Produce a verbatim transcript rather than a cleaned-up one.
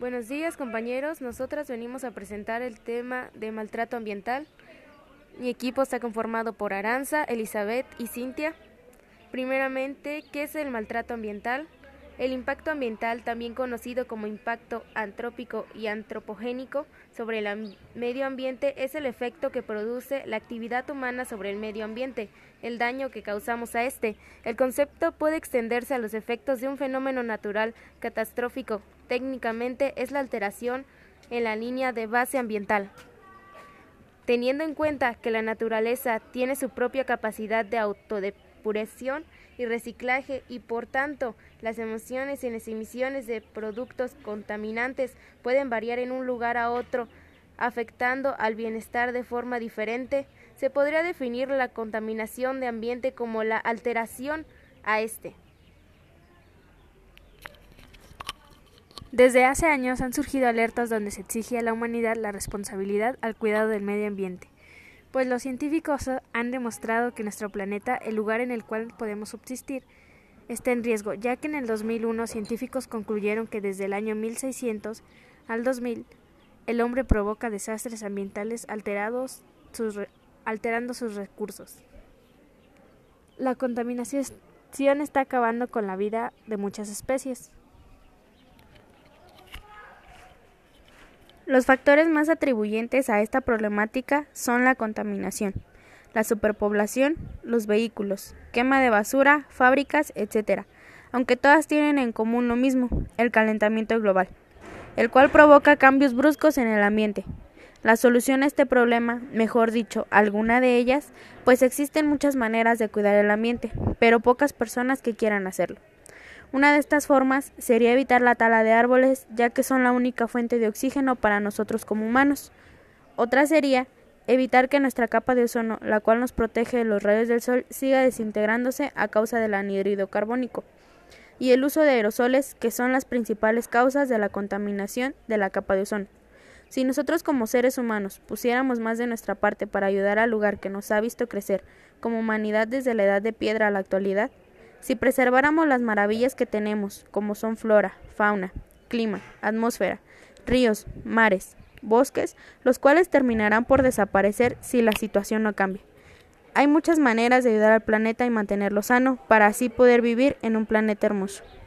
Buenos días, compañeros. Nosotras venimos a presentar el tema de maltrato ambiental. Mi equipo está conformado por Aranza, Elizabeth y Cintia. Primeramente, ¿qué es el maltrato ambiental? El impacto ambiental, también conocido como impacto antrópico y antropogénico sobre el medio ambiente, es el efecto que produce la actividad humana sobre el medio ambiente, el daño que causamos a este. El concepto puede extenderse a los efectos de un fenómeno natural catastrófico. Técnicamente es la alteración en la línea de base ambiental. Teniendo en cuenta que la naturaleza tiene su propia capacidad de autodepuración y reciclaje y por tanto las emisiones y las emisiones de productos contaminantes pueden variar en un lugar a otro, afectando al bienestar de forma diferente, se podría definir la contaminación de ambiente como la alteración a este. Desde hace años han surgido alertas donde se exige a la humanidad la responsabilidad al cuidado del medio ambiente, pues los científicos han demostrado que nuestro planeta, el lugar en el cual podemos subsistir, está en riesgo, ya que en el dos mil uno científicos concluyeron que desde el año mil seiscientos al dos mil el hombre provoca desastres ambientales alterados sus, alterando sus recursos. La contaminación está acabando con la vida de muchas especies. Los factores más atribuyentes a esta problemática son la contaminación, la superpoblación, los vehículos, quema de basura, fábricas, etcétera, aunque todas tienen en común lo mismo, el calentamiento global, el cual provoca cambios bruscos en el ambiente. La solución a este problema, mejor dicho, alguna de ellas, pues existen muchas maneras de cuidar el ambiente, pero pocas personas que quieran hacerlo. Una de estas formas sería evitar la tala de árboles, ya que son la única fuente de oxígeno para nosotros como humanos. Otra sería evitar que nuestra capa de ozono, la cual nos protege de los rayos del sol, siga desintegrándose a causa del anhídrido carbónico, y el uso de aerosoles, que son las principales causas de la contaminación de la capa de ozono. Si nosotros como seres humanos pusiéramos más de nuestra parte para ayudar al lugar que nos ha visto crecer como humanidad desde la edad de piedra a la actualidad, si preserváramos las maravillas que tenemos, como son flora, fauna, clima, atmósfera, ríos, mares, bosques, los cuales terminarán por desaparecer si la situación no cambia. Hay muchas maneras de ayudar al planeta y mantenerlo sano, para así poder vivir en un planeta hermoso.